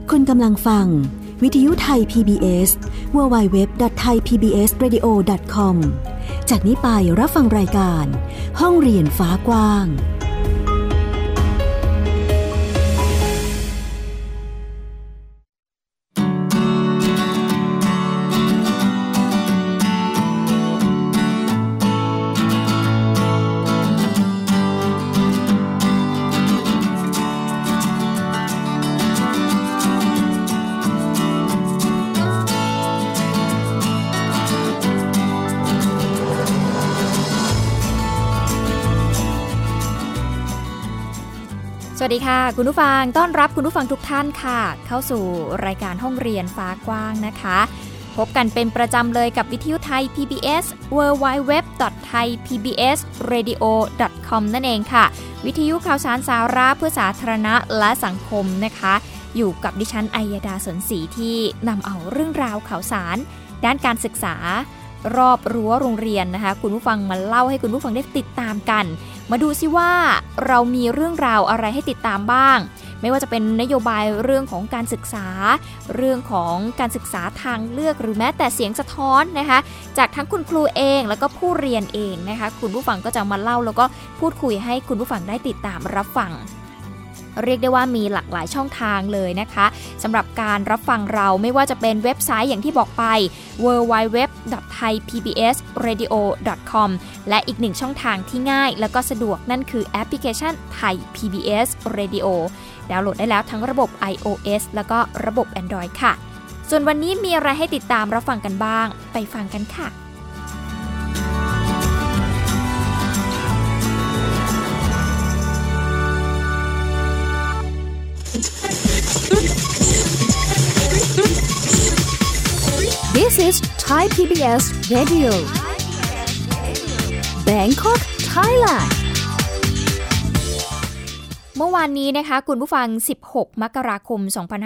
คุณกำลังฟังวิทยุไทย PBS www.thaipbsradio.com จากนี้ไปรับฟังรายการห้องเรียนฟ้ากว้างสวัสดีค่ะคุณผู้ฟังต้อนรับคุณผู้ฟังทุกท่านค่ะเข้าสู่รายการห้องเรียนฟ้ากว้างนะคะพบกันเป็นประจำเลยกับวิทยุไทย PBS www.thaipbsradio.com นั่นเองค่ะวิทยุข่าวสารสาระเพื่อสาธารณะและสังคมนะคะอยู่กับดิฉันอัยดาสนศรีที่นำเอาเรื่องราวข่าวสารด้านการศึกษารอบรั้วโรงเรียนนะคะคุณผู้ฟังมาเล่าให้คุณผู้ฟังได้ติดตามกันมาดูซิว่าเรามีเรื่องราวอะไรให้ติดตามบ้างไม่ว่าจะเป็นนโยบายเรื่องของการศึกษาเรื่องของการศึกษาทางเลือกหรือแม้แต่เสียงสะท้อนนะคะจากทั้งคุณครูเองแล้วก็ผู้เรียนเองนะคะคุณผู้ฟังก็จะมาเล่าแล้วก็พูดคุยให้คุณผู้ฟังได้ติดตามรับฟังเรียกได้ว่ามีหลากหลายช่องทางเลยนะคะสำหรับการรับฟังเราไม่ว่าจะเป็นเว็บไซต์อย่างที่บอกไป www.thaipbsradio.com และอีกหนึ่งช่องทางที่ง่ายแล้วก็สะดวกนั่นคือแอปพลิเคชัน Thai PBS Radio ดาวน์โหลดได้แล้วทั้งระบบ iOS แล้วก็ระบบ Android ค่ะส่วนวันนี้มีอะไรให้ติดตามรับฟังกันบ้างไปฟังกันค่ะ This is Thai PBS Radio Bangkok, Thailand เมื่อวานนี้นะคะคุณผู้ฟัง16มกราคม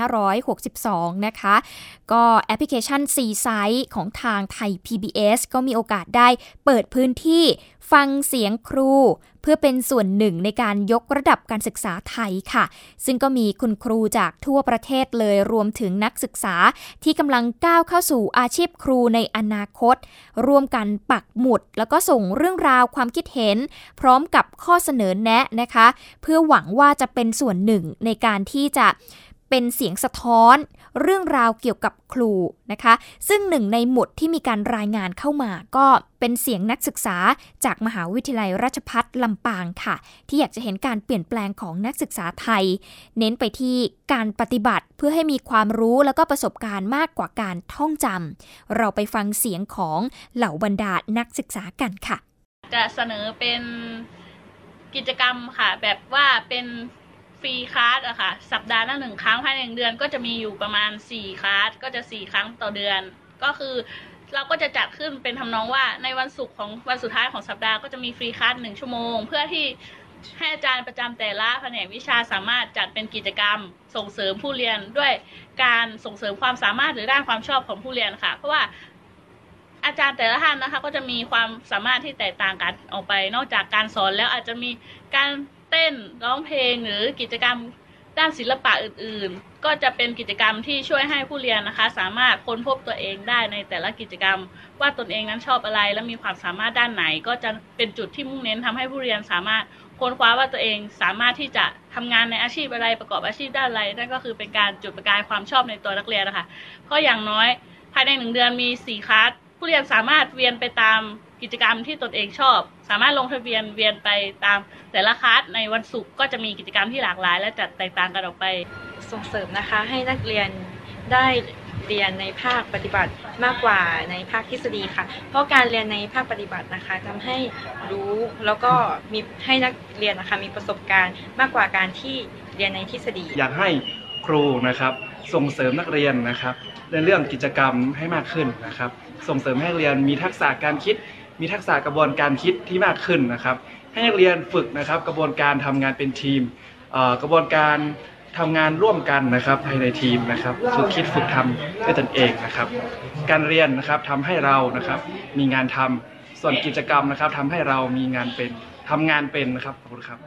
2562นะคะก็แอปพลิเคชัน C-Site ของทางไทย PBS ก็มีโอกาสได้เปิดพื้นที่ฟังเสียงครูเพื่อเป็นส่วนหนึ่งในการยกระดับการศึกษาไทยค่ะซึ่งก็มีคุณครูจากทั่วประเทศเลยรวมถึงนักศึกษาที่กำลังก้าวเข้าสู่อาชีพครูในอนาคตร่วมกันปักหมุดแล้วก็ส่งเรื่องราวความคิดเห็นพร้อมกับข้อเสนอแนะนะคะเพื่อหวังว่าจะเป็นส่วนหนึ่งในการที่จะเป็นเสียงสะท้อนเรื่องราวเกี่ยวกับครูนะคะซึ่งหนึ่งในหมุดที่มีการรายงานเข้ามาก็เป็นเสียงนักศึกษาจากมหาวิทยาลัยราชภัฏลำปางค่ะที่อยากจะเห็นการเปลี่ยนแปลงของนักศึกษาไทยเน้นไปที่การปฏิบัติเพื่อให้มีความรู้แล้วก็ประสบการณ์มากกว่าการท่องจำเราไปฟังเสียงของเหล่าบรรดานักศึกษากันค่ะจะเสนอเป็นกิจกรรมค่ะแบบว่าเป็นฟรีคลาสอะค่ะสัปดาห์ละ1ครั้งภายใน1เดือนก็จะมีอยู่ประมาณ4คลาสก็จะ4ครั้งต่อเดือนก็คือเราก็จะจัดขึ้นเป็นทำนองว่าในวันศุกร์ของวันสุดท้ายของสัปดาห์ก็จะมีฟรีคลาส1ชั่วโมงเพื่อที่ให้อาจารย์ประจำแต่ละแผนกวิชาสามารถจัดเป็นกิจกรรมส่งเสริมผู้เรียนด้วยการส่งเสริมความสามารถหรือด้านความชอบของผู้เรียนค่ะเพราะว่าอาจารย์แต่ละท่านนะคะก็จะมีความสามารถที่แตกต่างกันออกไปนอกจากการสอนแล้วอาจจะมีการเต้นร้องเพลงหรือกิจกรรมด้านศิลปะอื่นๆก็จะเป็นกิจกรรมที่ช่วยให้ผู้เรียนนะคะสามารถค้นพบตัวเองได้ในแต่ละกิจกรรมว่าตนเองนั้นชอบอะไรและมีความสามารถด้านไหนก็จะเป็นจุดที่มุ่งเน้นทำให้ผู้เรียนสามารถค้นคว้าว่าตัวเองสามารถที่จะทำงานในอาชีพอะไรประกอบอาชีพด้านอะไรนั่นก็คือเป็นการจุดประกายความชอบในตัวนักเรียนนะคะเพราะอย่างน้อยภายใน1เดือนมี4คลาสผู้เรียนสามารถเวียนไปตามกิจกรรมที่ตนเองชอบสามารถลงทะเบียนเวียนไปตามแต่ละคลาสในวันศุกร์ก็จะมีกิจกรรมที่หลากหลายและจัดแตกต่างกันออกไปส่งเสริมนะคะให้นักเรียนได้เรียนในภาคปฏิบัติมากกว่าในภาคทฤษฎีค่ะเพราะการเรียนในภาคปฏิบัตินะคะทำให้รู้แล้วก็มีให้นักเรียนนะคะมีประสบการณ์มากกว่าการที่เรียนในทฤษฎีอยากให้ครูนะครับส่งเสริมนักเรียนนะครับในเรื่องกิจกรรมให้มากขึ้นนะครับส่งเสริมให้นักเรียนมีทักษะการคิดมีทักษะกระบวนการคิดที่มากขึ้นนะครับให้นักเรียนฝึกนะครับกระบวนการทำงานเป็นทีมกระบวนการทำงานร่วมกันนะครับภายในทีมนะครับฝึกคิดฝึกทำด้วยตนเองนะครับการเรียนนะครับทำให้เรานะครับมีงานทำส่วนกิจกรรมนะครับทำให้เรามีงานเป็นทำงานเป็นนะครับขอบคุณครับ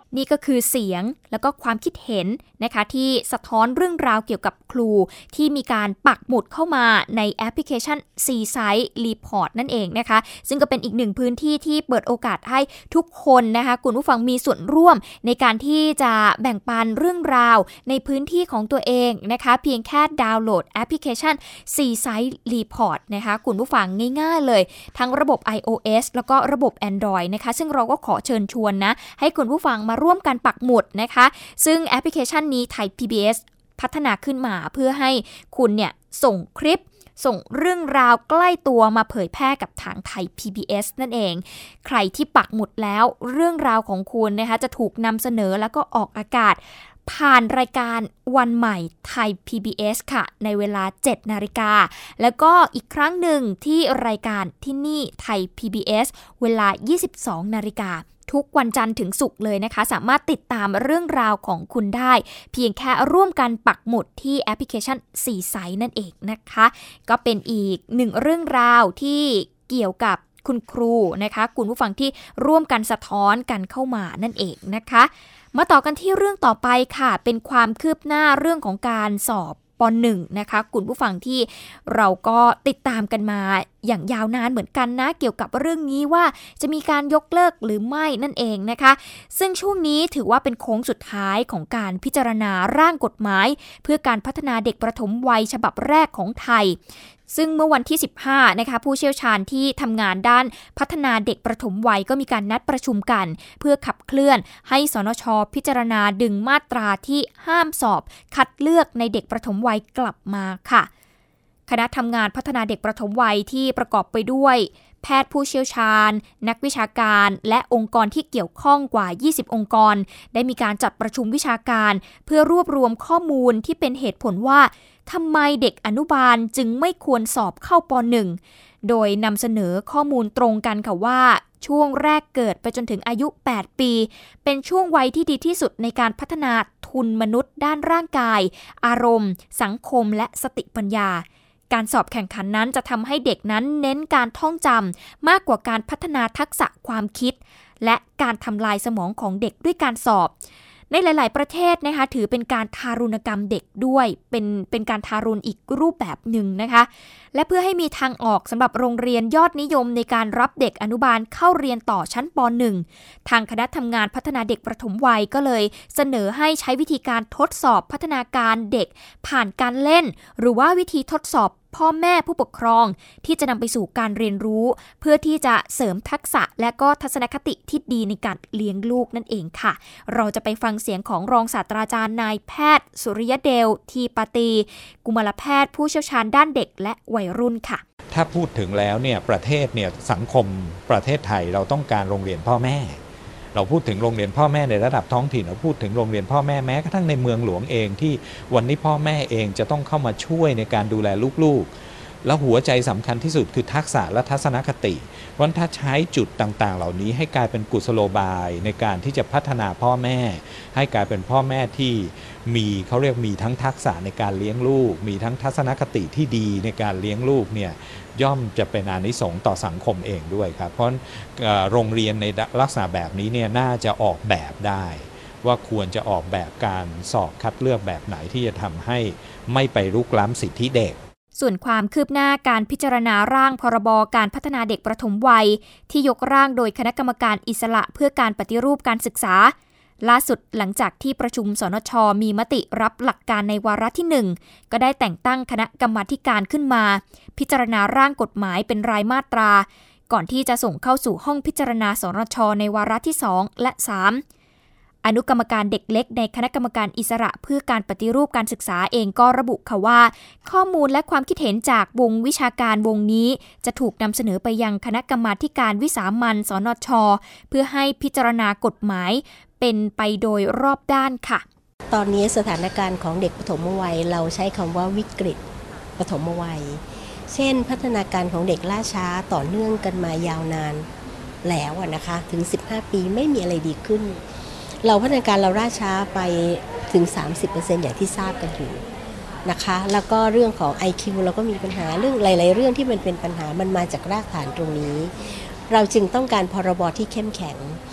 นี่ก็คือเสียงแล้วก็ความคิดเห็นนะคะที่สะท้อนเรื่องราวเกี่ยวกับครูที่มีการปักหมุดเข้ามาในแอปพลิเคชัน Seaside Report นั่นเองนะคะซึ่งก็เป็นอีกหนึ่งพื้นที่ที่เปิดโอกาสให้ทุกคนนะคะคุณผู้ฟังมีส่วนร่วมในการที่จะแบ่งปันเรื่องราวในพื้นที่ของตัวเองนะคะเพียงแค่ดาวน์โหลดแอปพลิเคชัน Seaside Report นะคะคุณผู้ฟังง่ายๆเลยทั้งระบบ iOS แล้วก็ระบบ Android นะคะซึ่งเราก็ขอเชิญชวนนะให้คุณผู้ฟังมาร่วมกันปักหมุดนะคะซึ่งแอปพลิเคชันนี้ไทย PBS พัฒนาขึ้นมาเพื่อให้คุณเนี่ยส่งคลิปส่งเรื่องราวใกล้ตัวมาเผยแพร่กับทางไทย PBS นั่นเองใครที่ปักหมุดแล้วเรื่องราวของคุณนะคะจะถูกนำเสนอแล้วก็ออกอากาศผ่านรายการวันใหม่ไทย PBS ค่ะในเวลา 7 นาฬิกาแล้วก็อีกครั้งหนึ่งที่รายการที่นี่ไทย PBS เวลา 22 นาฬิกาทุกวันจันทร์ถึงศุกร์เลยนะคะสามารถติดตามเรื่องราวของคุณได้เพียงแค่ร่วมกันปักหมุดที่แอปพลิเคชันSeasideนั่นเองนะคะก็เป็นอีกหนึ่งเรื่องราวที่เกี่ยวกับคุณครูนะคะคุณผู้ฟังที่ร่วมกันสะท้อนกันเข้ามานั่นเองนะคะมาต่อกันที่เรื่องต่อไปค่ะเป็นความคืบหน้าเรื่องของการสอบป.1 นะคะคุณผู้ฟังที่เราก็ติดตามกันมาอย่างยาวนานเหมือนกันนะเกี่ยวกับเรื่องนี้ว่าจะมีการยกเลิกหรือไม่นั่นเองนะคะซึ่งช่วงนี้ถือว่าเป็นโค้งสุดท้ายของการพิจารณาร่างกฎหมายเพื่อการพัฒนาเด็กประถมวัยฉบับแรกของไทยซึ่งเมื่อวันที่15นะคะผู้เชี่ยวชาญที่ทำงานด้านพัฒนาเด็กประถมวัยก็มีการนัดประชุมกันเพื่อขับเคลื่อนให้สนช.พิจารณาดึงมาตราที่ห้ามสอบคัดเลือกในเด็กประถมวัยกลับมาค่ะคณะทำงานพัฒนาเด็กประถมวัยที่ประกอบไปด้วยแพทย์ผู้เชี่ยวชาญนักวิชาการและองค์กรที่เกี่ยวข้องกว่า20องค์กรได้มีการจัดประชุมวิชาการเพื่อรวบรวมข้อมูลที่เป็นเหตุผลว่าทำไมเด็กอนุบาลจึงไม่ควรสอบเข้าป.1 โดยนำเสนอข้อมูลตรงกันค่ะว่าช่วงแรกเกิดไปจนถึงอายุ8ปีเป็นช่วงวัยที่ดีที่สุดในการพัฒนาทุนมนุษย์ด้านร่างกายอารมณ์สังคมและสติปัญญาการสอบแข่งขันนั้นจะทำให้เด็กนั้นเน้นการท่องจำมากกว่าการพัฒนาทักษะความคิดและการทำลายสมองของเด็กด้วยการสอบในหลายๆประเทศนะคะถือเป็นการทารุณกรรมเด็กด้วยเป็นการทารุณอีกรูปแบบหนึ่งนะคะและเพื่อให้มีทางออกสำหรับโรงเรียนยอดนิยมในการรับเด็กอนุบาลเข้าเรียนต่อชั้นป.1 ทางคณะทำงานพัฒนาเด็กประถมวัยก็เลยเสนอให้ใช้วิธีการทดสอบพัฒนาการเด็กผ่านการเล่นหรือว่าวิธีทดสอบพ่อแม่ผู้ปกครองที่จะนำไปสู่การเรียนรู้เพื่อที่จะเสริมทักษะและก็ทัศนคติที่ดีในการเลี้ยงลูกนั่นเองค่ะเราจะไปฟังเสียงของรองศาสตราจารย์นายแพทย์สุริยเดลทีปาตีกุมารแพทย์ผู้เชี่ยวชาญด้านเด็กและวัยรุ่นค่ะถ้าพูดถึงแล้วเนี่ยประเทศเนี่ยสังคมประเทศไทยเราต้องการโรงเรียนพ่อแม่เราพูดถึงโรงเรียนพ่อแม่ในระดับท้องถิ่นเราพูดถึงโรงเรียนพ่อแม่แม้กระทั่งในเมืองหลวงเองที่วันนี้พ่อแม่เองจะต้องเข้ามาช่วยในการดูแลลูกๆแล้วหัวใจสำคัญที่สุดคือทักษะและทัศนคติเพราะถ้าใช้จุดต่างๆเหล่านี้ให้กลายเป็นกุศโลบายในการที่จะพัฒนาพ่อแม่ให้กลายเป็นพ่อแม่ที่เขาเรียกมีทั้งทักษะในการเลี้ยงลูกมีทั้งทัศนคติที่ดีในการเลี้ยงลูกเนี่ยย่อมจะเป็นอานิสงส์ต่อสังคมเองด้วยครับเพราะโรงเรียนในลักษณะแบบนี้เนี่ยน่าจะออกแบบได้ว่าควรจะออกแบบการสอบคัดเลือกแบบไหนที่จะทำให้ไม่ไปรุกล้ำสิทธิเด็กส่วนความคืบหน้าการพิจารณาร่างพรบการพัฒนาเด็กประถมวัยที่ยกร่างโดยคณะกรรมการอิสระเพื่อการปฏิรูปการศึกษาล่าสุดหลังจากที่ประชุมสนช.มีมติรับหลักการในวาระที่1ก็ได้แต่งตั้งคณะกรรมาธิการขึ้นมาพิจารณาร่างกฎหมายเป็นรายมาตราก่อนที่จะส่งเข้าสู่ห้องพิจารณาสนช.ในวาระที่2และ3อนุกรรมการเด็กเล็กในคณะกรรมการอิสระเพื่อการปฏิรูปการศึกษาเองก็ระบุค่ะว่าข้อมูลและความคิดเห็นจากวงวิชาการวงนี้จะถูกนำเสนอไปยังคณะกรรมาธิการวิสามัญสนช.เพื่อให้พิจารณากฎหมายเป็นไปโดยรอบด้านค่ะตอนนี้สถานการณ์ของเด็กปฐมวัยเราใช้คำว่าวิกฤตปฐมวัยเช่นพัฒนาการของเด็กล่าช้าต่อเนื่องกันมายาวนานแล้วนะคะถึง15ปีไม่มีอะไรดีขึ้นเราพัฒนาการเราล่าช้าไปถึง 30% อย่างที่ทราบกันอยู่นะคะแล้วก็เรื่องของ IQ เราก็มีปัญหาเรื่องหลายๆเรื่องที่มันเป็นปัญหามันมาจากรากฐานตรงนี้เราจึงต้องการพรบที่เข้มแข็ง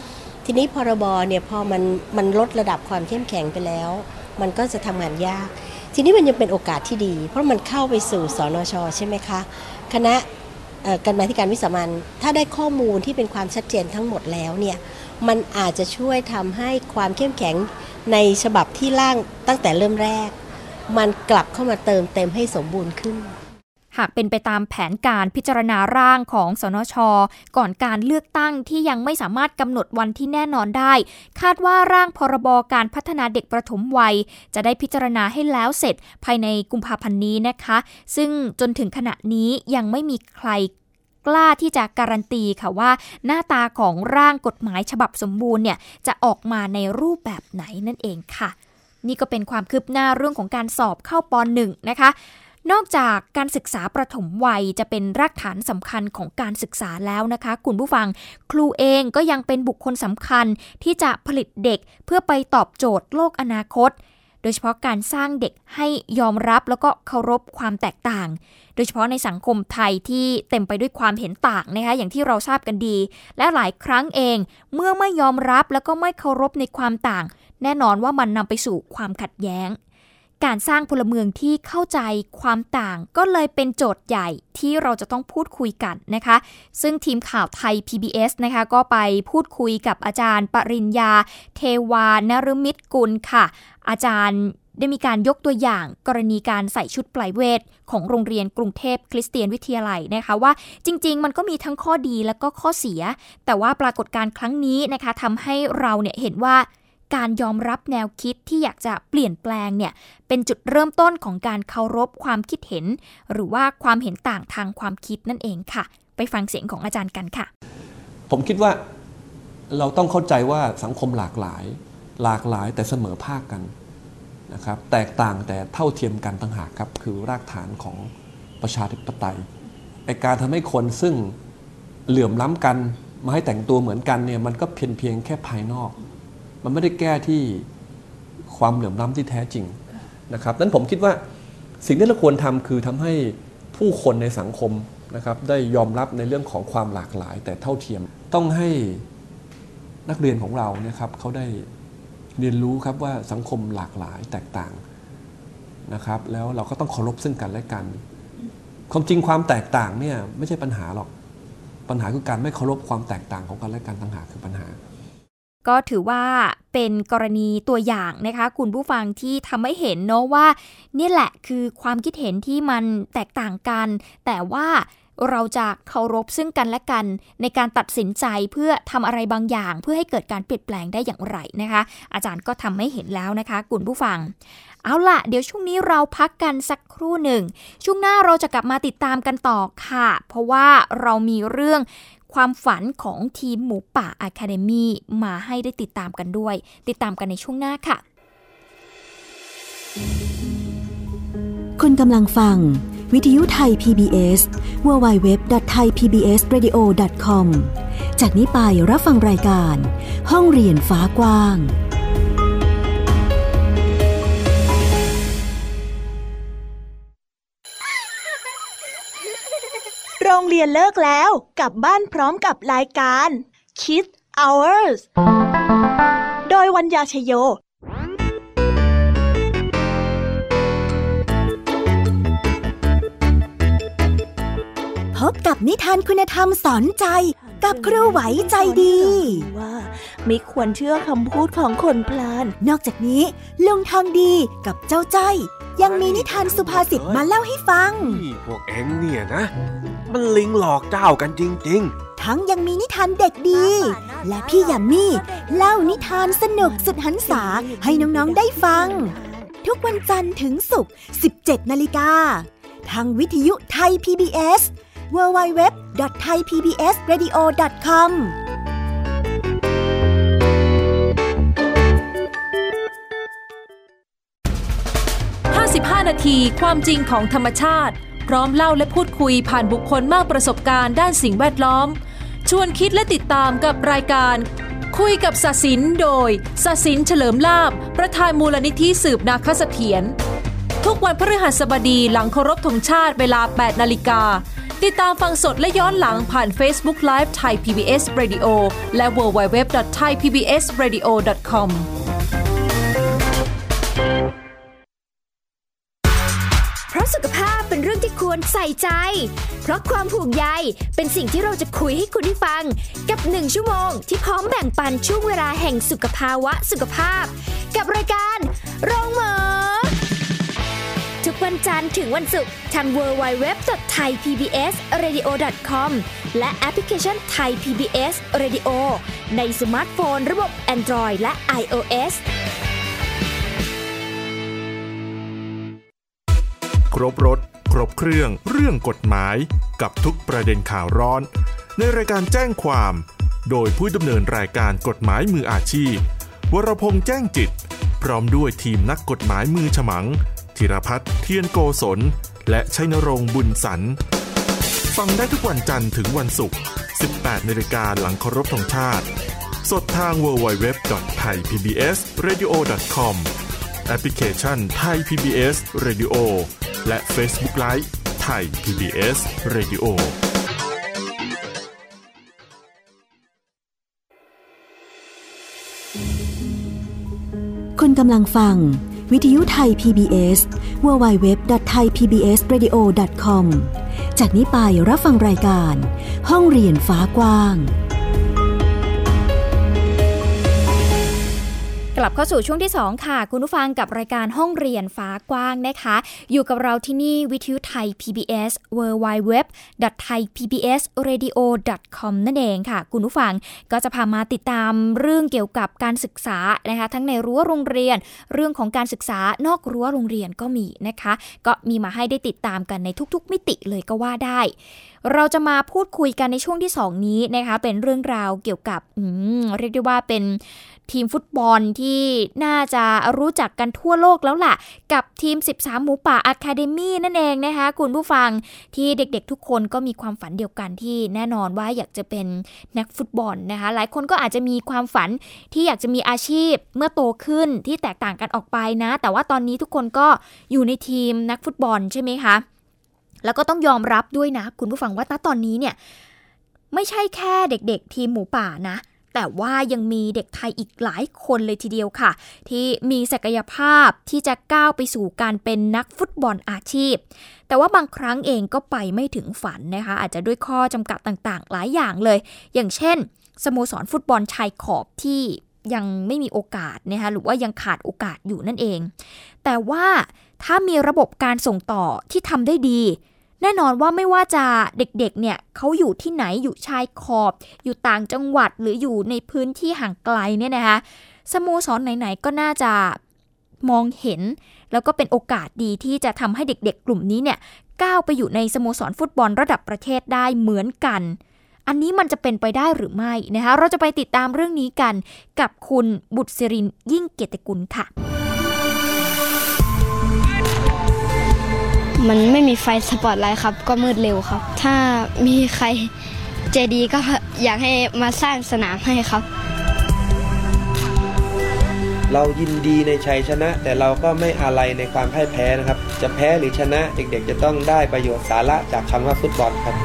ทีนี้พรบเนี่ยพอมันลดระดับความเข้มแข็งไปแล้วมันก็จะทำงานยากทีนี้มันยังเป็นโอกาสที่ดีเพราะมันเข้าไปสู่สนช.ใช่ไหมคะคณะกรรมาธิการวิสามัญถ้าได้ข้อมูลที่เป็นความชัดเจนทั้งหมดแล้วเนี่ยมันอาจจะช่วยทำให้ความเข้มแข็งในฉบับที่ร่างตั้งแต่เริ่มแรกมันกลับเข้ามาเติมเต็มให้สมบูรณ์ขึ้นหากเป็นไปตามแผนการพิจารณาร่างของสนช.ก่อนการเลือกตั้งที่ยังไม่สามารถกำหนดวันที่แน่นอนได้คาดว่าร่างพรบการพัฒนาเด็กประถมวัยจะได้พิจารณาให้แล้วเสร็จภายในกุมภาพันธ์นี้นะคะซึ่งจนถึงขณะนี้ยังไม่มีใครกล้าที่จะการันตีค่ะว่าหน้าตาของร่างกฎหมายฉบับสมบูรณ์เนี่ยจะออกมาในรูปแบบไหนนั่นเองค่ะนี่ก็เป็นความคืบหน้าเรื่องของการสอบเข้าป.1 นะคะนอกจากการศึกษาประถมวัยจะเป็นรากฐานสำคัญของการศึกษาแล้วนะคะคุณผู้ฟังครูเองก็ยังเป็นบุคคลสำคัญที่จะผลิตเด็กเพื่อไปตอบโจทย์โลกอนาคตโดยเฉพาะการสร้างเด็กให้ยอมรับแล้วก็เคารพความแตกต่างโดยเฉพาะในสังคมไทยที่เต็มไปด้วยความเห็นต่างนะคะอย่างที่เราทราบกันดีและหลายครั้งเองเมื่อไม่ยอมรับแล้วก็ไม่เคารพในความต่างแน่นอนว่ามันนำไปสู่ความขัดแย้งการสร้างพลเมืองที่เข้าใจความต่างก็เลยเป็นโจทย์ใหญ่ที่เราจะต้องพูดคุยกันนะคะซึ่งทีมข่าวไทย PBS นะคะก็ไปพูดคุยกับอาจารย์ปริญญาเทวานฤมิตกุลค่ะอาจารย์ได้มีการยกตัวอย่างกรณีการใส่ชุดปลายเวทของโรงเรียนกรุงเทพคริสเตียนวิทยาลัยนะคะว่าจริงๆมันก็มีทั้งข้อดีและก็ข้อเสียแต่ว่าปรากฏการณ์ครั้งนี้นะคะทำให้เราเนี่ยเห็นว่าการยอมรับแนวคิดที่อยากจะเปลี่ยนแปลงเนี่ยเป็นจุดเริ่มต้นของการเคารพความคิดเห็นหรือว่าความเห็นต่างทางความคิดนั่นเองค่ะไปฟังเสียงของอาจารย์กันค่ะผมคิดว่าเราต้องเข้าใจว่าสังคมหลากหลายแต่เสมอภาคกันนะครับแตกต่างแต่เท่าเทียมกันต่างหากครับคือรากฐานของประชาธิปไตยไอ้การทำให้คนซึ่งเหลื่อมล้ำกันมาให้แต่งตัวเหมือนกันเนี่ยมันก็เพียงแค่ภายนอกมันไม่ได้แก้ที่ความเหลื่อมล้ำที่แท้จริงนะครับนั้นผมคิดว่าสิ่งที่เราควรทำคือทำให้ผู้คนในสังคมนะครับได้ยอมรับในเรื่องของความหลากหลายแต่เท่าเทียมต้องให้นักเรียนของเราเนี่ยครับเขาได้เรียนรู้ครับว่าสังคมหลากหลายแตกต่างนะครับแล้วเราก็ต้องเคารพซึ่งกันและกันความจริงความแตกต่างเนี่ยไม่ใช่ปัญหาหรอกปัญหาคือการไม่เคารพความแตกต่างของกันและกันต่างหากคือปัญหาก็ถือว่าเป็นกรณีตัวอย่างนะคะคุณผู้ฟังที่ทำให้เห็นเนาะว่านี่แหละคือความคิดเห็นที่มันแตกต่างกันแต่ว่าเราจะเคารพซึ่งกันและกันในการตัดสินใจเพื่อทำอะไรบางอย่างเพื่อให้เกิดการเปลี่ยนแปลงได้อย่างไรนะคะอาจารย์ก็ทำให้เห็นแล้วนะคะคุณผู้ฟังเอาล่ะเดี๋ยวช่วงนี้เราพักกันสักครู่หนึ่งช่วงหน้าเราจะกลับมาติดตามกันต่อค่ะเพราะว่าเรามีเรื่องความฝันของทีมหมูป่าอะคาเดมี่มาให้ได้ติดตามกันด้วยติดตามกันในช่วงหน้าค่ะคุณกำลังฟังวิทยุไทย PBS www.thaipbsradio.com จากนี้ไปรับฟังรายการห้องเรียนฟ้ากว้างโรงเรียนเลิกแล้วกลับบ้านพร้อมกับรายการ Kids Hours โดยวัญญาชโยพบกับนิทานคุณธรรมสอนใจกับครูไหวใจดีว่าไม่ควรเชื่อคำพูดของคนพลานนอกจากนี้ลุงทองดีกับเจ้าจ้อยยังมีนิทานสุภาษิตมาเล่าให้ฟังพวกเอ็งเนี่ยนะมันลิงหลอกเจ้ากันจริงๆทั้งยังมีนิทานเด็กดีและพี่ยามีเล่านิทานสนุกสุดหรรษาให้น้องๆได้ฟังทุกวันจันทร์ถึงศุกร์ 17:00 น.ทางวิทยุไทย PBS www.thaipbsradio.com 55 นาทีความจริงของธรรมชาติพร้อมเล่าและพูดคุยผ่านบุคคลมากประสบการณ์ด้านสิ่งแวดล้อมชวนคิดและติดตามกับรายการคุยกับศศิลป์โดยศศิลป์เฉลิมลาภประธานมูลนิธิสืบนาคเสถียรทุกวันพฤหัสบดีหลังเคารพธงชาติเวลา 8:00 น. ติดตามฟังสดและย้อนหลังผ่าน Facebook Live Thai PBS Radio และ www.thaipbsradio.com เพราะสุขภาพเป็นเรื่องที่ควรใส่ใจเพราะความห่วงใยเป็นสิ่งที่เราจะคุยให้คุณได้ฟังกับ1ชั่วโมงที่พร้อมแบ่งปันช่วงเวลาแห่งสุขภาวะสุขภาพกับรายการโรงหมอทุกวันจันทร์ถึงวันศุกร์ทาง www.thaipbsradio.com และแอปพลิเคชัน Thai PBS Radio ในสมาร์ทโฟนระบบ Android และ iOS ครบรสครบเครื่องเรื่องกฎหมายกับทุกประเด็นข่าวร้อนในรายการแจ้งความโดยผู้ดำเนินรายการกฎหมายมืออาชีพวรพงษ์แจ้งจิตพร้อมด้วยทีมนักกฎหมายมือฉมังธีรพัฒน์เทียนโกศลและชัยนรงค์บุญสรรฟังได้ทุกวันจันทร์ถึงวันศุกร์ 18:00 น.หลังเคารพธงชาติสดทาง www.thaipbsradio.com แอปพลิเคชัน Thai PBS Radio และ Facebook Live Thai PBS Radio คุณกำลังฟังวิทยุไทย PBS www.thaipbsradio.com จากนี้ไปรับฟังรายการห้องเรียนฟ้ากว้างกลับเข้าสู่ช่วงที่2ค่ะคุณผู้ฟังกับรายการห้องเรียนฟ้ากว้างนะคะอยู่กับเราที่นี่วิทยุไทย PBS www.thaipbsradio.com นั่นเองค่ะคุณผู้ฟังก็จะพามาติดตามเรื่องเกี่ยวกับการศึกษานะคะทั้งในรั้วโรงเรียนเรื่องของการศึกษานอกรั้วโรงเรียนก็มีนะคะก็มีมาให้ได้ติดตามกันในทุกๆมิติเลยก็ว่าได้เราจะมาพูดคุยกันในช่วงที่2นี้นะคะเป็นเรื่องราวเกี่ยวกับเรียกได้ว่าเป็นทีมฟุตบอลที่น่าจะรู้จักกันทั่วโลกแล้วล่ะกับทีม13หมูป่าอะคาเดมี่นั่นเองนะคะคุณผู้ฟังที่เด็กๆทุกคนก็มีความฝันเดียวกันที่แน่นอนว่าอยากจะเป็นนักฟุตบอลนะคะหลายคนก็อาจจะมีความฝันที่อยากจะมีอาชีพเมื่อโตขึ้นที่แตกต่างกันออกไปนะแต่ว่าตอนนี้ทุกคนก็อยู่ในทีมนักฟุตบอลใช่ไหมคะแล้วก็ต้องยอมรับด้วยนะคุณผู้ฟังว่าตอนนี้เนี่ยไม่ใช่แค่เด็กๆทีมหมูป่านะแต่ว่ายังมีเด็กไทยอีกหลายคนเลยทีเดียวค่ะที่มีศักยภาพที่จะก้าวไปสู่การเป็นนักฟุตบอลอาชีพแต่ว่าบางครั้งเองก็ไปไม่ถึงฝันนะคะอาจจะด้วยข้อจำกัดต่างๆหลายอย่างเลยอย่างเช่นสโมสรฟุตบอลชายขอบที่ยังไม่มีโอกาสนะคะหรือว่ายังขาดโอกาสอยู่นั่นเองแต่ว่าถ้ามีระบบการส่งต่อที่ทำได้ดีแน่นอนว่าไม่ว่าจะเด็กๆเนี่ยเขาอยู่ที่ไหนอยู่ชายขอบอยู่ต่างจังหวัดหรืออยู่ในพื้นที่ห่างไกลเนี่ยนะคะสโมสรไหนๆก็น่าจะมองเห็นแล้วก็เป็นโอกาสดีที่จะทำให้เด็กๆกลุ่มนี้เนี่ยก้าวไปอยู่ในสโมสรฟุตบอลระดับประเทศได้เหมือนกันอันนี้มันจะเป็นไปได้หรือไม่นะคะเราจะไปติดตามเรื่องนี้กันกับคุณบุษรินทร์ยิ่งเกียรติกุลค่ะมันไม่มีไฟสปอตไลท์ครับก็มืดเร็วครับถ้ามีใครใจดีก็อยากให้มาสร้างสนามให้ครับเรายินดีในชัยชนะแต่เราก็ไม่อาลัยในความพ่ายแพ้นะครับจะแพ้หรือชนะเด็กๆจะต้องได้ประโยชน์สาระจากคำว่าฟุตบอลครับ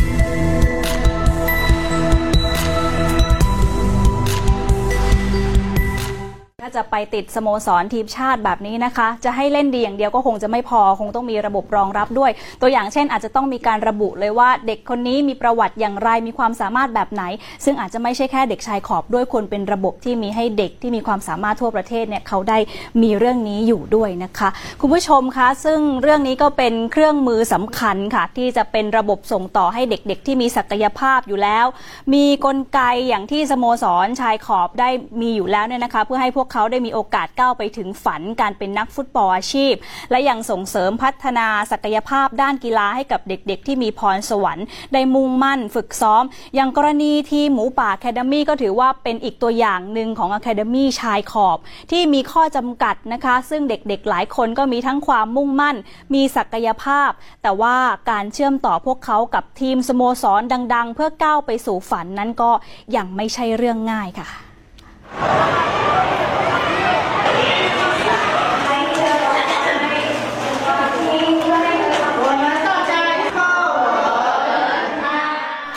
ถ้าจะไปติดสโมสรทีมชาติแบบนี้นะคะจะให้เล่นดีอย่างเดียวก็คงจะไม่พอคงต้องมีระบบรองรับด้วยตัวอย่างเช่นอาจจะต้องมีการระบุเลยว่าเด็กคนนี้มีประวัติอย่างไรมีความสามารถแบบไหนซึ่งอาจจะไม่ใช่แค่เด็กชายขอบด้วยควรเป็นระบบที่มีให้เด็กที่มีความสามารถทั่วประเทศเนี่ยเขาได้มีเรื่องนี้อยู่ด้วยนะคะคุณผู้ชมคะซึ่งเรื่องนี้ก็เป็นเครื่องมือสำคัญค่ะที่จะเป็นระบบส่งต่อให้เด็กๆที่มีศักยภาพอยู่แล้วมีกลไกอย่างที่สโมสรชายขอบได้มีอยู่แล้วเนี่ยนะคะเพื่อให้พวกเขาได้มีโอกาสก้าวไปถึงฝันการเป็นนักฟุตบอลอาชีพและยังส่งเสริมพัฒนาศักยภาพด้านกีฬาให้กับเด็กๆที่มีพรสวรรค์ได้มุ่งมั่นฝึกซ้อมอย่างกรณีทีมหมูป่าอะคาเดมี่ก็ถือว่าเป็นอีกตัวอย่างหนึ่งของอะคาเดมี่ชายขอบที่มีข้อจำกัดนะคะซึ่งเด็กๆหลายคนก็มีทั้งความมุ่งมั่นมีศักยภาพแต่ว่าการเชื่อมต่อพวกเขากับทีมสโมสรดังๆเพื่อก้าวไปสู่ฝันนั้นก็ยังไม่ใช่เรื่องง่ายค่ะ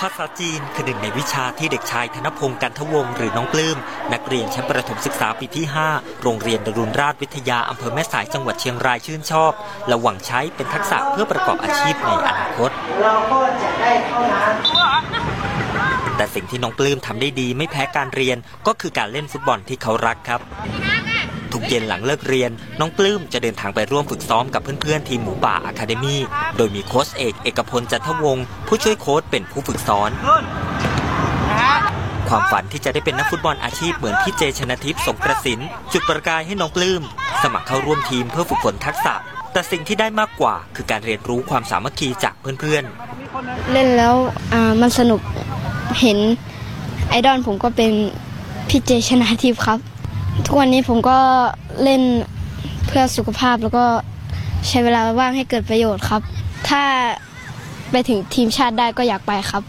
าษาจีนคือหนึ่งในวิชาที่เด็กชายธนพงศ์กันทวงศ์หรือน้องปลื้มนักเรียนชั้นประถมศึกษาปีที่ 5 โรงเรียนดรุณราชวิทยาอำเภอแม่สายจังหวัดเชียงรายชื่นชอบและหวังใช้เป็นทักษะเพื่อประกอบอาชีพในอนาคตเราก็จะได้เข้าน้ำแต่สิ่งที่น้องปลื้มทำได้ดีไม่แพ้การเรียนก็คือการเล่นฟุตบอลที่เขารักครับทุกเย็นหลังเลิกเรียนน้องปลื้มจะเดินทางไปร่วมฝึกซ้อมกับเพื่อนๆทีมหมูป่าอะคาเดมี่โดยมีโค้ชเอกพลจันทวงศ์ผู้ช่วยโค้ชเป็นผู้ฝึกสอนความฝันที่จะได้เป็นนักฟุตบอลอาชีพเหมือนพี่เจชนทิพย์สงกระสินจุดประกายให้น้องปลื้มสมัครเข้าร่วมทีมเพื่อฝึกฝนทักษะแต่สิ่งที่ได้มากกว่าคือการเรียนรู้ความสามัคคีจากเพื่อนๆเล่นแล้วมันสนุกเห็นไอดอลผมก็เป็นพี่เจชนทิพย์ครับทุกวันนี้ผมก็เล่นเพื่อสุขภาพแล้วก็ใช้เวลาว่างให้เกิดประโยชน์ครับถ้าไปถึงทีมชาติได้ก็อยากไปครับ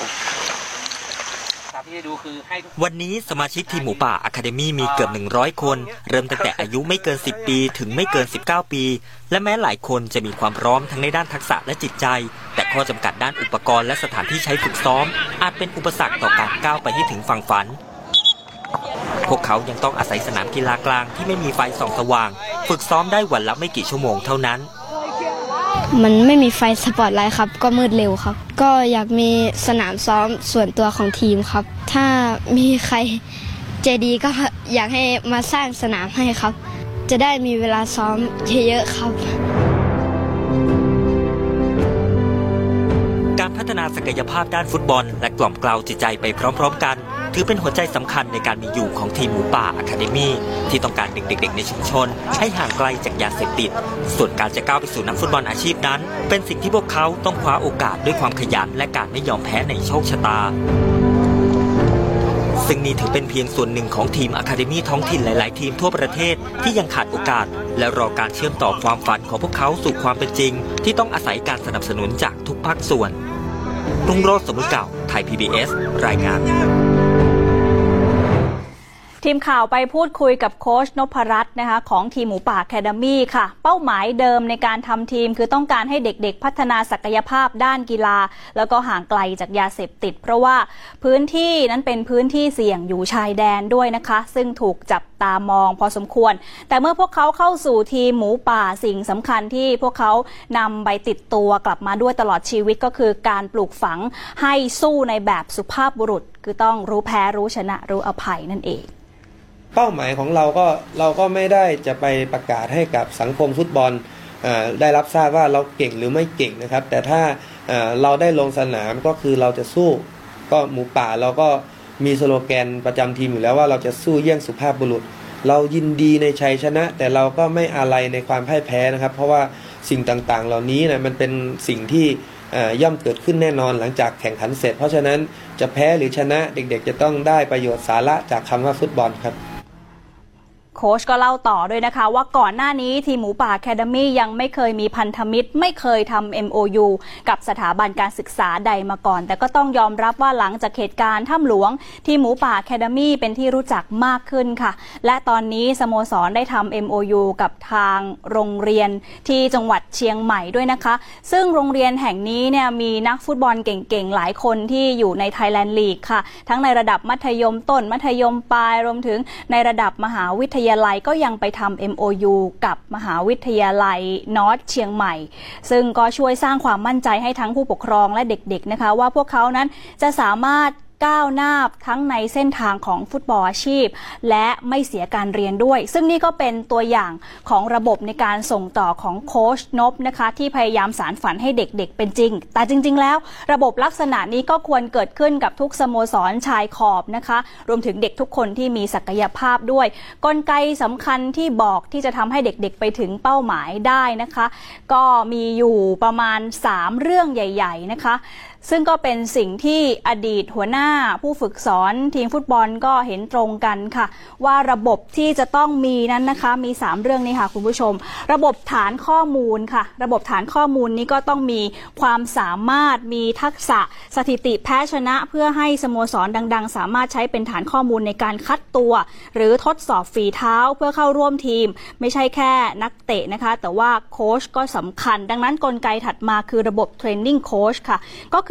วันนี้สมาชิกทีมหมูป่าอะคาเดมี่มีเกือบ100คนเริ่มตั้งแต่อายุไม่เกิน10ปีถึงไม่เกิน19ปีและแม้หลายคนจะมีความพร้อมทั้งในด้านทักษะและจิตใจแต่ข้อจำกัดด้านอุปกรณ์และสถานที่ใช้ฝึกซ้อมอาจเป็นอุปสรรคต่อการก้าวไปให้ถึงฝั่งฝันพวกเขายังต้องอาศัยสนามกีฬากลางที่ไม่มีไฟส่องสว่างฝึกซ้อมได้วันละไม่กี่ชั่วโมงเท่านั้นมันไม่มีไฟสปอตไลท์ครับก็มืดเร็วครับก็อยากมีสนามซ้อมส่วนตัวของทีมครับถ้ามีใครใจดีก็อยากให้มาสร้างสนามให้ครับจะได้มีเวลาซ้อมเยอะๆครับการพัฒนาศักยภาพด้านฟุตบอลและกล่อมเกลาจิตใจไปพร้อมๆกันถือเป็นหัวใจสำคัญในการมีอยู่ของทีมหมูป่าอะคาเดมี่ที่ต้องการดึงเด็กๆในชุมชนให้ห่างไกลจากยาเสพติดส่วนการจะก้าวไปสู่นักฟุตบอลอาชีพนั้นเป็นสิ่งที่พวกเขาต้องคว้าโอกาสด้วยความขยันและการไม่ยอมแพ้ในโชคชะตาซึ่งนี่ถือเป็นเพียงส่วนหนึ่งของทีมอะคาเดมี่ท้องถิ่นหลายๆทีมทั่วประเทศที่ยังขาดโอกาสและรอการเชื่อมต่อความฝันของพวกเขาสู่ความเป็นจริงที่ต้องอาศัยการสนับสนุนจากทุกภาคส่วนรุ่งโรจน์ สมมุติเก่าไทย PBS รายงานทีมข่าวไปพูดคุยกับโค้ชนพรัตน์นะคะของทีมหมูป่าอะคาเดมี่ค่ะเป้าหมายเดิมในการทำทีมคือต้องการให้เด็กๆพัฒนาศักยภาพด้านกีฬาแล้วก็ห่างไกลจากยาเสพติดเพราะว่าพื้นที่นั้นเป็นพื้นที่เสี่ยงอยู่ชายแดนด้วยนะคะซึ่งถูกจับตามองพอสมควรแต่เมื่อพวกเขาเข้าสู่ทีมหมูป่าสิ่งสำคัญที่พวกเขานำไปติดตัวกลับมาด้วยตลอดชีวิตก็คือการปลูกฝังให้สู้ในแบบสุภาพบุรุษคือต้องรู้แพ้รู้ชนะรู้อภัยนั่นเองเป้าหมายของเราก็ไม่ได้จะไปประกาศให้กับสังคมฟุตบอลได้รับทราบว่าเราเก่งหรือไม่เก่งนะครับแต่ถ้าเราได้ลงสนามก็คือเราจะสู้ก็หมูป่าเราก็มีสโลแกนประจำทีมอยู่แล้วว่าเราจะสู้เยี่ยงสุภาพบุรุษเรายินดีในชัยชนะแต่เราก็ไม่อาลัยในความพ่ายแพ้นะครับเพราะว่าสิ่งต่างๆเหล่านี้นะมันเป็นสิ่งที่ย่อมเกิดขึ้นแน่นอนหลังจากแข่งขันเสร็จเพราะฉะนั้นจะแพ้หรือชนะเด็กๆจะต้องได้ประโยชน์สาระจากคำว่าฟุตบอลครับโค้ชก็เล่าต่อด้วยนะคะว่าก่อนหน้านี้ทีมหมูป่าอะคาเดมี่ยังไม่เคยมีพันธมิตรไม่เคยทำ MOU กับสถาบันการศึกษาใดมาก่อนแต่ก็ต้องยอมรับว่าหลังจากเหตุการณ์ถ้ำหลวงทีมหมูป่าอะคาเดมี่เป็นที่รู้จักมากขึ้นค่ะและตอนนี้สโมสรได้ทำ MOU กับทางโรงเรียนที่จังหวัดเชียงใหม่ด้วยนะคะซึ่งโรงเรียนแห่งนี้เนี่ยมีนักฟุตบอลเก่งๆหลายคนที่อยู่ใน Thailand League ค่ะทั้งในระดับมัธยมต้นมัธยมปลายรวมถึงในระดับมหาวิทยาลัยก็ยังไปทำ MOU กับมหาวิทยาลัยนอร์ทเชียงใหม่ซึ่งก็ช่วยสร้างความมั่นใจให้ทั้งผู้ปกครองและเด็กๆนะคะว่าพวกเขานั้นจะสามารถก้าวหน้าทั้งในเส้นทางของฟุตบอลอาชีพและไม่เสียการเรียนด้วยซึ่งนี่ก็เป็นตัวอย่างของระบบในการส่งต่อของโค้ชนพนะคะที่พยายามสานฝันให้เด็กๆเป็นจริงแต่จริงๆแล้วระบบลักษณะนี้ก็ควรเกิดขึ้นกับทุกสโมสรชายขอบนะคะรวมถึงเด็กทุกคนที่มีศักยภาพด้วยกลไกสำคัญที่บอกที่จะทำให้เด็กๆไปถึงเป้าหมายได้นะคะก็มีอยู่ประมาณ3เรื่องใหญ่ๆนะคะซึ่งก็เป็นสิ่งที่อดีตหัวหน้าผู้ฝึกสอนทีมฟุตบอลก็เห็นตรงกันค่ะว่าระบบที่จะต้องมีนั้นนะคะมี3เรื่องนี้ค่ะคุณผู้ชมระบบฐานข้อมูลค่ะระบบฐานข้อมูลนี้ก็ต้องมีความสามารถมีทักษะสถิติแพ้ชนะเพื่อให้สโมสรดังๆสามารถใช้เป็นฐานข้อมูลในการคัดตัวหรือทดสอบฝีเท้าเพื่อเข้าร่วมทีมไม่ใช่แค่นักเตะนะคะแต่ว่าโค้ชก็สำคัญดังนั้นกลไกถัดมาคือระบบเทรนนิ่งโค้ชค่ะก็คือ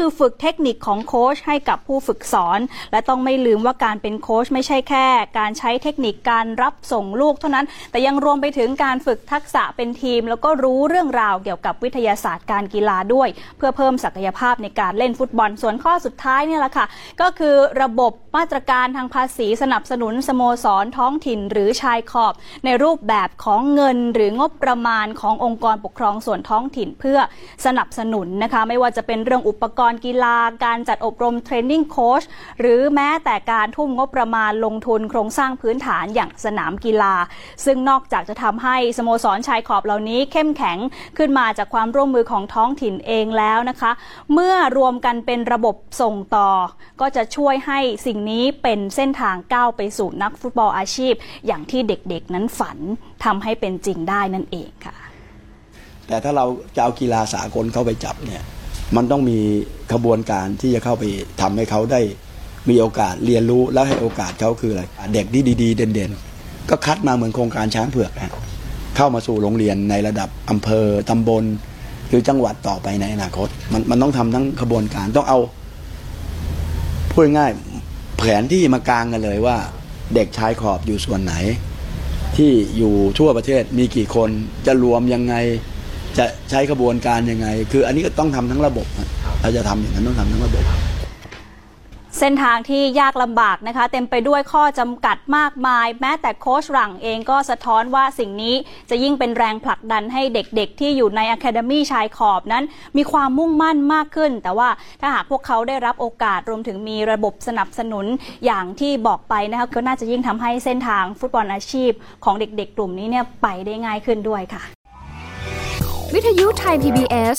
คือฝึกเทคนิคของโค้ชให้กับผู้ฝึกสอนและต้องไม่ลืมว่าการเป็นโค้ชไม่ใช่แค่การใช้เทคนิคการรับส่งลูกเท่านั้นแต่ยังรวมไปถึงการฝึกทักษะเป็นทีมแล้วก็รู้เรื่องราวเกี่ยวกับวิทยาศาสตร์การกีฬาด้วยเพื่อเพิ่มศักยภาพในการเล่นฟุตบอลส่วนข้อสุดท้ายเนี่ยแหละค่ะก็คือระบบมาตรการทางภาษีสนับสนุนสโมสรท้องถิ่นหรือชายขอบในรูปแบบของเงินหรืองบประมาณขององค์กรปกครองส่วนท้องถิ่นเพื่อสนับสนุนนะคะไม่ว่าจะเป็นเรื่องอุปกรณ์กีฬาการจัดอบรมเทรนนิ่งโค้ชหรือแม้แต่การทุ่มงบประมาณลงทุนโครงสร้างพื้นฐานอย่างสนามกีฬาซึ่งนอกจากจะทำให้สโมสรชายขอบเหล่านี้เข้มแข็งขึ้นมาจากความร่วมมือของท้องถิ่นเองแล้วนะคะเมื่อรวมกันเป็นระบบส่งต่อก็จะช่วยให้สิ่งนี้เป็นเส้นทางก้าวไปสู่นักฟุตบอลอาชีพอย่างที่เด็กๆนั้นฝันทำให้เป็นจริงได้นั่นเองค่ะแต่ถ้าเราจะเอากีฬาสากลเข้าไปจับเนี่ยมันต้องมีขบวนการที่จะเข้าไปทำให้เขาได้มีโอกาสเรียนรู้แล้วให้โอกาสเขาคืออะไรเด็กที่ดีๆเด่นๆก็คัดมาเหมือนโครงการช้างเผือกนะเข้ามาสู่โรงเรียนในระดับอำเภอตำบลหรือจังหวัดต่อไปในอนาคตมันต้องทำทั้งขบวนการต้องเอาพูดง่ายแผนที่มากางกันเลยว่าเด็กชายขอบอยู่ส่วนไหนที่อยู่ทั่วประเทศมีกี่คนจะรวมยังไงจะใช้ขบวนการยังไงคืออันนี้ก็ต้องทำทั้งระบบเราจะทำอย่างนั้นต้องทำทั้งระบบเส้นทางที่ยากลำบากนะคะเต็มไปด้วยข้อจำกัดมากมายแม้แต่โค้ชหลังเองก็สะท้อนว่าสิ่งนี้จะยิ่งเป็นแรงผลักดันให้เด็กๆที่อยู่ใน Academy ชายขอบนั้นมีความมุ่งมั่นมากขึ้นแต่ว่าถ้าหากพวกเขาได้รับโอกาสรวมถึงมีระบบสนับสนุนอย่างที่บอกไปนะคะก็น่าจะยิ่งทำให้เส้นทางฟุตบอลอาชีพของเด็กๆกลุ่มนี้เนี่ยไปได้ง่ายขึ้นด้วยค่ะวิทยุไทย PBS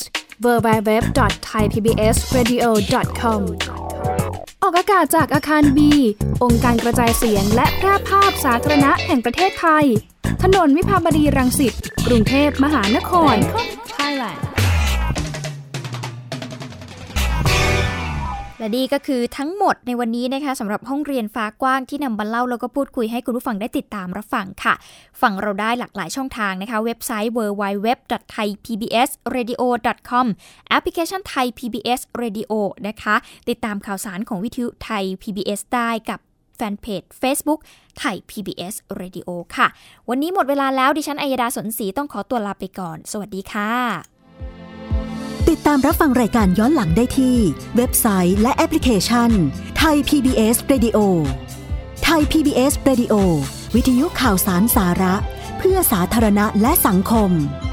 www.thaipbsradio.com ออกอากาศจากอาคาร B องค์การกระจายเสียงและแพร่ภาพสาธารณะแห่งประเทศไทยถนนวิภาวดีรังสิตกรุงเทพมหานคร Thailand และนี่ก็คือทั้งหมดในวันนี้นะคะสำหรับห้องเรียนฟ้ากว้างที่นำมาเล่าแล้วก็พูดคุยให้คุณผู้ฟังได้ติดตามรับฟังค่ะฟังเราได้หลากหลายช่องทางนะคะเว็บไซต์ www.thaipbsradio.com แอปพลิเคชัน Thai PBS Radio นะคะติดตามข่าวสารของวิทยุไทย PBS ได้กับแฟนเพจ Facebook ไทย PBS Radio ค่ะวันนี้หมดเวลาแล้วดิฉันอัยดาสนศรีต้องขอตัวลาไปก่อนสวัสดีค่ะติดตามรับฟังรายการย้อนหลังได้ที่เว็บไซต์และแอปพลิเคชัน Thai PBS Radio Thai PBS Radio วิทยุข่าวสารสาระเพื่อสาธารณะและสังคม